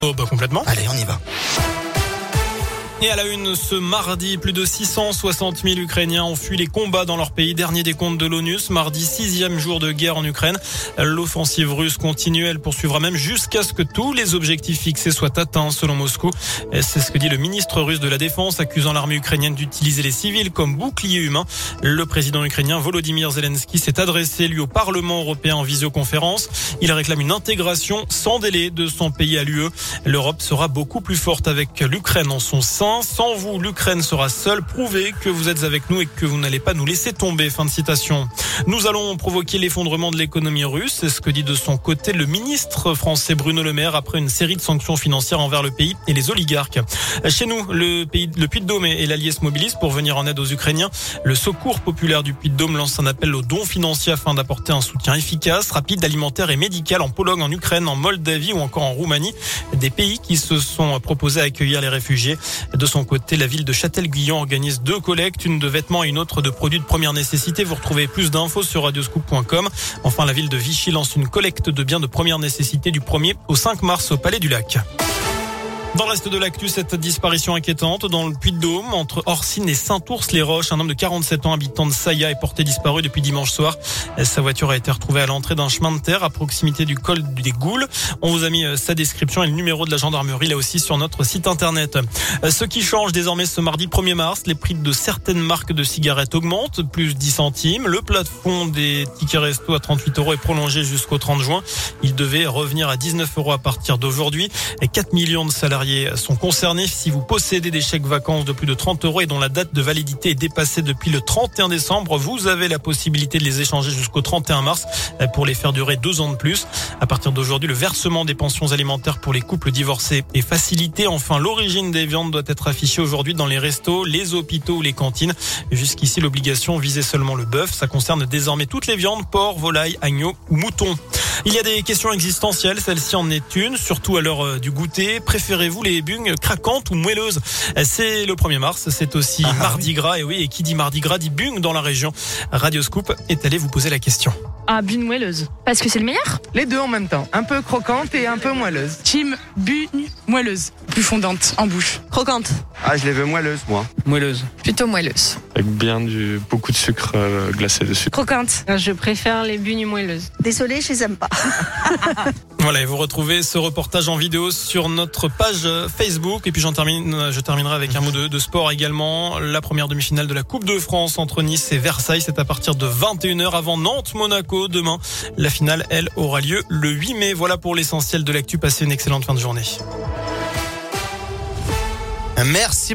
Oh bah complètement. Allez, on y va. Et à la une, ce mardi, plus de 660 000 Ukrainiens ont fui les combats dans leur pays. Dernier décompte de l'ONU. Ce mardi, 6e jour de guerre en Ukraine. L'offensive russe continue. Elle poursuivra même jusqu'à ce que tous les objectifs fixés soient atteints, selon Moscou. C'est ce que dit le ministre russe de la Défense, accusant l'armée ukrainienne d'utiliser les civils comme bouclier humain. Le président ukrainien Volodymyr Zelensky s'est adressé, lui, au Parlement européen en visioconférence. Il réclame une intégration sans délai de son pays à l'UE. L'Europe sera beaucoup plus forte avec l'Ukraine en son sein. Sans vous, l'Ukraine sera seule. Prouvez que vous êtes avec nous et que vous n'allez pas nous laisser tomber. Fin de citation. Nous allons provoquer l'effondrement de l'économie russe. C'est ce que dit de son côté le ministre français Bruno Le Maire après une série de sanctions financières envers le pays et les oligarques. Chez nous, le Puy-de-Dôme et l'Allier se mobilisent pour venir en aide aux Ukrainiens. Le Secours populaire du Puy-de-Dôme lance un appel aux dons financiers afin d'apporter un soutien efficace, rapide, alimentaire et médical en Pologne, en Ukraine, en Moldavie ou encore en Roumanie. Des pays qui se sont proposés à accueillir les réfugiés. De son côté, la ville de Châtel-Guyon organise 2 collectes, une de vêtements et une autre de produits de première nécessité. Vous retrouvez plus d'infos sur radioscoop.com. Enfin, la ville de Vichy lance une collecte de biens de première nécessité du 1er au 5 mars au Palais du Lac. Dans le reste de l'actu, cette disparition inquiétante dans le Puy-de-Dôme, entre Orsine et Saint-Ours-les-Roches. Un homme de 47 ans, habitant de Saillat, est porté disparu depuis dimanche soir. Sa voiture a été retrouvée à l'entrée d'un chemin de terre à proximité du col des Goules. On vous a mis sa description et le numéro de la gendarmerie là aussi sur notre site internet. Ce qui change désormais ce mardi 1er mars, les prix de certaines marques de cigarettes augmentent, plus 10 centimes. Le plafond des tickets resto à 38 € est prolongé jusqu'au 30 juin. Il devait revenir à 19 € à partir d'aujourd'hui. 4 millions de salariés sont concernés. Si vous possédez des chèques vacances de plus de 30 € et dont la date de validité est dépassée depuis le 31 décembre, vous avez la possibilité de les échanger jusqu'au 31 mars pour les faire durer 2 ans de plus. À partir d'aujourd'hui, le versement des pensions alimentaires pour les couples divorcés est facilité. Enfin, l'origine des viandes doit être affichée aujourd'hui dans les restos, les hôpitaux ou les cantines. Jusqu'ici, l'obligation visait seulement le bœuf. Ça concerne désormais toutes les viandes, porc, volaille, agneau ou mouton. Il y a des questions existentielles, celle-ci en est une, surtout à l'heure du goûter. Préférez-vous les bugnes craquantes ou moelleuses? C'est le 1er mars, c'est aussi Mardi Gras. Et oui, et qui dit Mardi Gras dit bugnes dans la région. Radioscoop est allé vous poser la question. Ah, bune moelleuse. Parce que c'est le meilleur? Les deux en même temps. Un peu croquante et un peu moelleuse. Team bune moelleuse. Plus fondante en bouche. Croquante. Ah, je les veux moelleuses, moi. Moelleuse. Plutôt moelleuse. Avec beaucoup de sucre glacé dessus. Croquante. Je préfère les bugnes moelleuses. Désolée, je les aime pas. Voilà, et vous retrouvez ce reportage en vidéo sur notre page Facebook. Et puis je terminerai avec un mot de sport également. La première demi-finale de la Coupe de France entre Nice et Versailles, c'est à partir de 21h avant Nantes-Monaco demain. La finale, elle, aura lieu le 8 mai. Voilà pour l'essentiel de l'actu. Passez une excellente fin de journée. Merci.